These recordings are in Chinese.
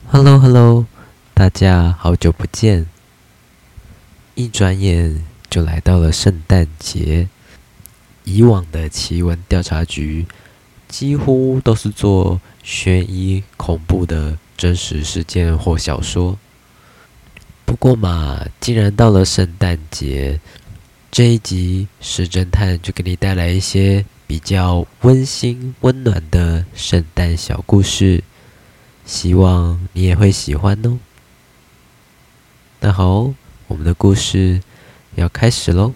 Hello Hello， 大家好久不见！一转眼就来到了圣诞节。以往的奇闻调查局几乎都是做悬疑恐怖的真实事件或小说。不过嘛，既然到了圣诞节，这一集石侦探就给你带来一些比较温馨温暖的圣诞小故事。希望你也会喜欢哦。那好，我们的故事要开始喽。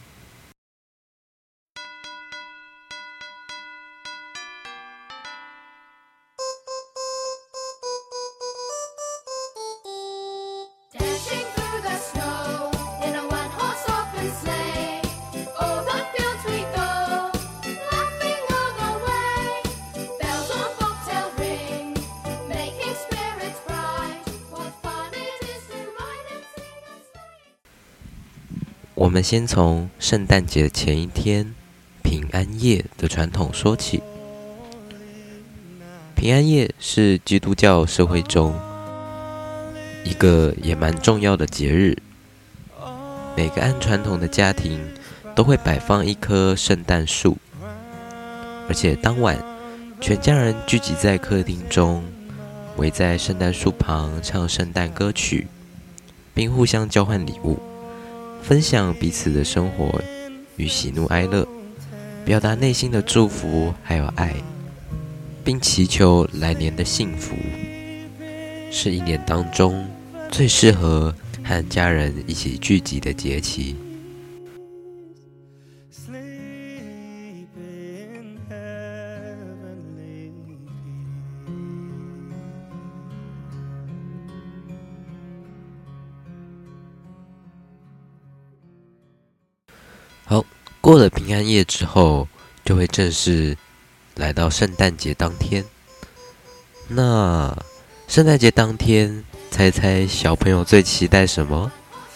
我们先从圣诞节前一天平安夜的传统说起。平安夜是基督教社会中一个也蛮重要的节日，每个按传统的家庭都会摆放一棵圣诞树，而且当晚全家人聚集在客厅中，围在圣诞树旁唱圣诞歌曲，并互相交换礼物，分享彼此的生活与喜怒哀乐，表达内心的祝福还有爱，并祈求来年的幸福。是一年当中最适合和家人一起聚集的节期。好，过了平安夜之后，就会正式来到圣诞节当天。那圣诞节当天，猜猜小朋友最期待什么？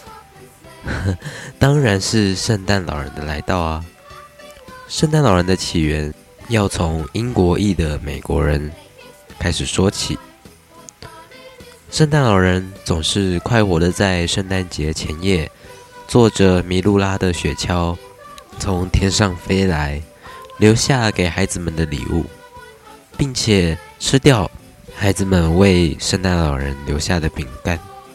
当然是圣诞老人的来到啊！圣诞老人的起源要从英国裔的美国人开始说起。圣诞老人总是快活的在圣诞节前夜，坐着麋鹿拉的雪橇从天上飞来，留下给孩子们的礼物，并且吃掉孩子们为圣诞老人留下的饼干，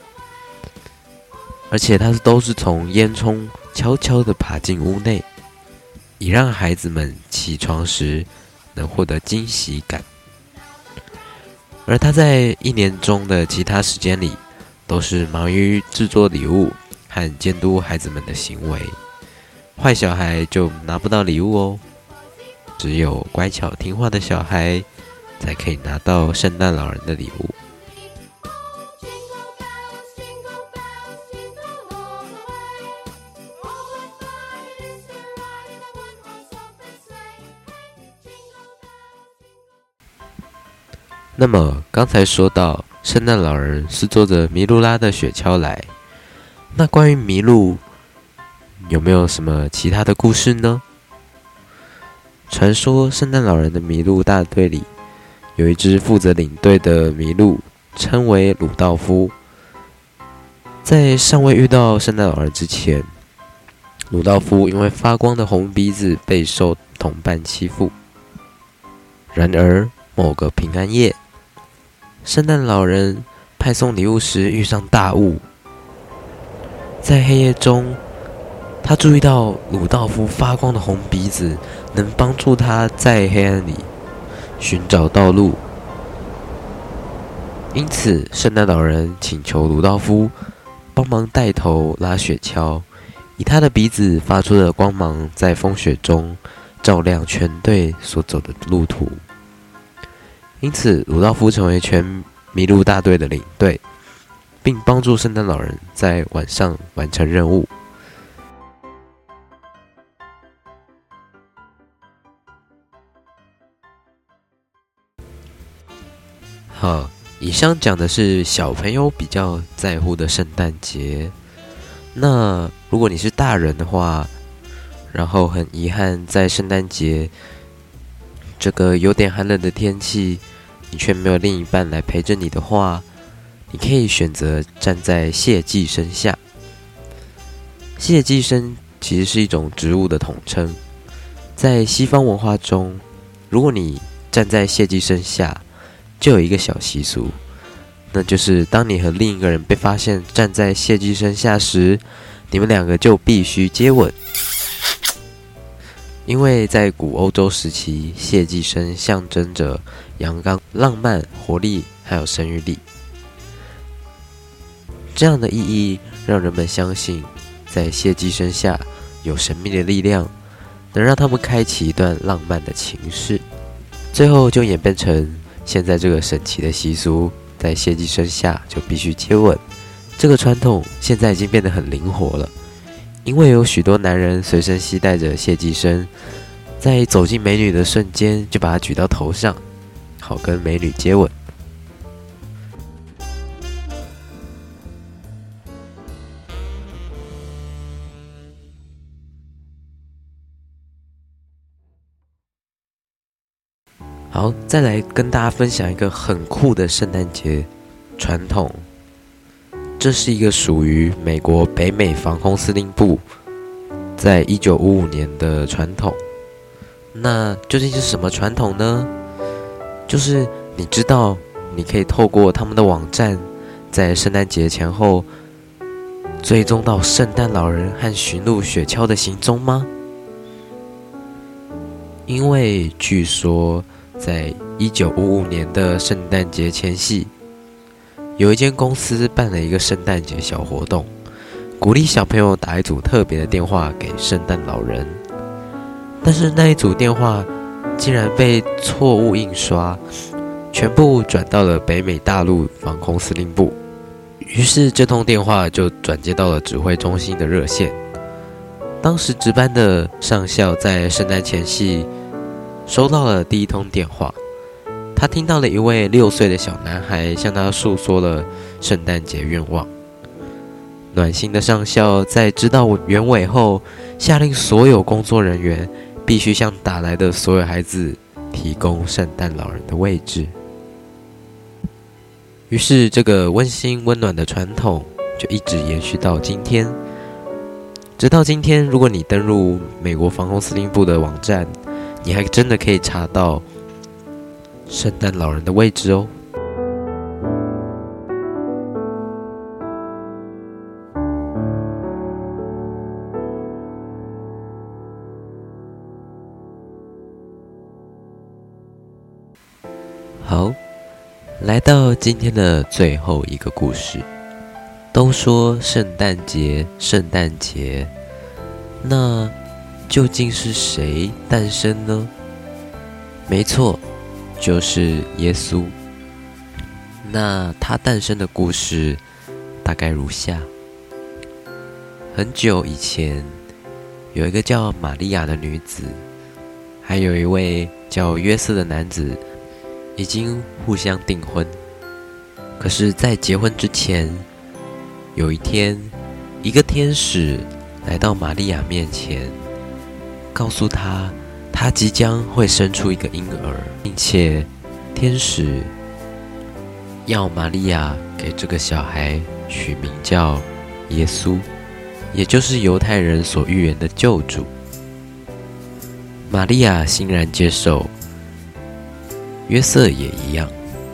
而且他都是从烟囱悄悄地爬进屋内，以让孩子们起床时能获得惊喜感。而他在一年中的其他时间里，都是忙于制作礼物和监督孩子们的行为，坏小孩就拿不到礼物哦，只有乖巧听话的小孩才可以拿到圣诞老人的礼物。那么刚才说到圣诞老人是坐着麋鹿拉的雪橇来，那关于麋鹿有没有什么其他的故事呢？传说圣诞老人的麋鹿大队里有一只负责领队的麋鹿，称为鲁道夫。在尚未遇到圣诞老人之前，鲁道夫因为发光的红鼻子备受同伴欺负。然而某个平安夜，圣诞老人派送礼物时遇上大雾，在黑夜中，他注意到鲁道夫发光的红鼻子能帮助他在黑暗里寻找道路，因此圣诞老人请求鲁道夫帮忙带头拉雪橇，以他的鼻子发出的光芒在风雪中照亮全队所走的路途。因此鲁道夫成为全麋鹿大队的领队，并帮助圣诞老人在晚上完成任务。好，以上讲的是小朋友比较在乎的圣诞节。那如果你是大人的话，然后很遗憾在圣诞节这个有点寒冷的天气，你却没有另一半来陪着你的话， 你可以选择站在谢祭生下。谢祭生其实是一种植物的统称，在西方文化中，如果你站在谢祭生下，就有一个小习俗，那就是当你和另一个人被发现站在谢祭生下时，你们两个就必须接吻。因为在古欧洲时期，谢祭生象征着阳刚、浪漫、活力还有生育力。这样的意义让人们相信，在谢祭生下有神秘的力量，能让他们开启一段浪漫的情事。最后就演变成现在这个神奇的习俗，在谢祭生下就必须接吻。这个传统现在已经变得很灵活了，因为有许多男人随身携带着谢祭生，在走进美女的瞬间就把它举到头上，好跟美女接吻。好，再来跟大家分享一个很酷的圣诞节传统。这是一个属于美国北美防空司令部在1955年的传统。那究竟是什么传统呢？就是你知道你可以透过他们的网站，在圣诞节前后追踪到圣诞老人和驯鹿雪橇的行踪吗？因为据说在1955年的圣诞节前夕，有一间公司办了一个圣诞节小活动，鼓励小朋友打一组特别的电话给圣诞老人。但是那一组电话竟然被错误印刷，全部转到了北美大陆防空司令部。于是这通电话就转接到了指挥中心的热线。当时值班的上校在圣诞前夕收到了第一通电话，他听到了一位6岁的小男孩向他诉说了圣诞节愿望。暖心的上校在知道原委后，下令所有工作人员必须向打来的所有孩子提供圣诞老人的位置。于是这个温馨温暖的传统就一直延续到今天。直到今天，如果你登入美国防空司令部的网站，你还真的可以查到圣诞老人的位置哦。好，来到今天的最后一个故事。都说圣诞节，圣诞节，那究竟是谁诞生呢？没错，就是耶稣。那他诞生的故事大概如下：很久以前，有一个叫玛利亚的女子，还有一位叫约瑟的男子，已经互相订婚。可是在结婚之前，有一天，一个天使来到玛利亚面前，告诉她，她即将会生出一个婴儿，并且天使要玛利亚给这个小孩取名叫耶稣，也就是犹太人所预言的救主。玛利亚欣然接受，约瑟也一样。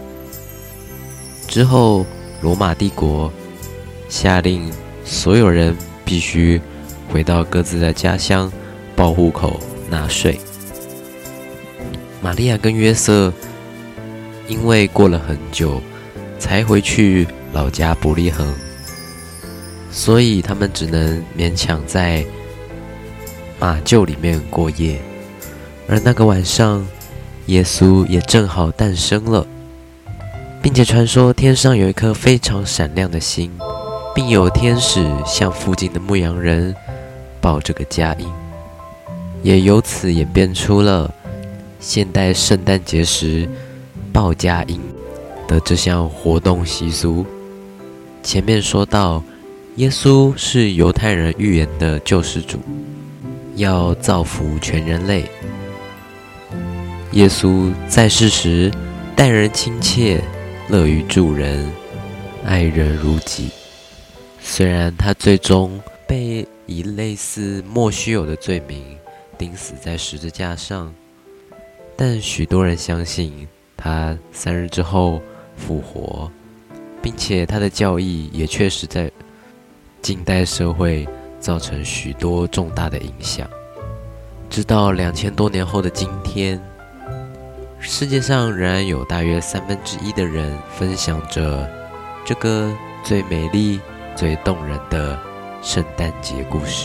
之后，罗马帝国下令所有人必须回到各自的家乡报户口纳税。玛利亚跟约瑟因为过了很久才回去老家伯利恒，所以他们只能勉强在马厩里面过夜。而那个晚上，耶稣也正好诞生了，并且传说天上有一颗非常闪亮的星，并有天使向附近的牧羊人报这个佳音，也由此演变出了现代圣诞节时报佳音的这项活动习俗。前面说到，耶稣是犹太人预言的救世主，要造福全人类。耶稣在世时待人亲切，乐于助人， 爱人如己。虽然他最终被以类似莫须有的罪名钉死在十字架上，但许多人相信他3日之后复活，并且他的教义也确实在近代社会造成许多重大的影响。直到2000多年后的今天，世界上仍然有大约1/3的人分享着这个最美丽、最动人的圣诞节故事。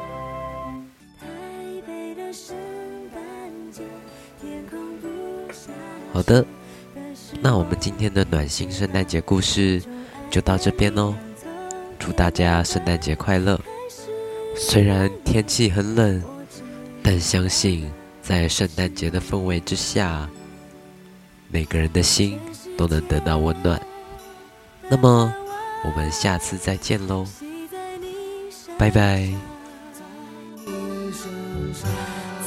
好的，那我们今天的暖心圣诞节故事就到这边哦。祝大家圣诞节快乐！虽然天气很冷，但相信在圣诞节的氛围之下，每个人的心都能得到温暖。那么，我们下次再见喽，拜拜。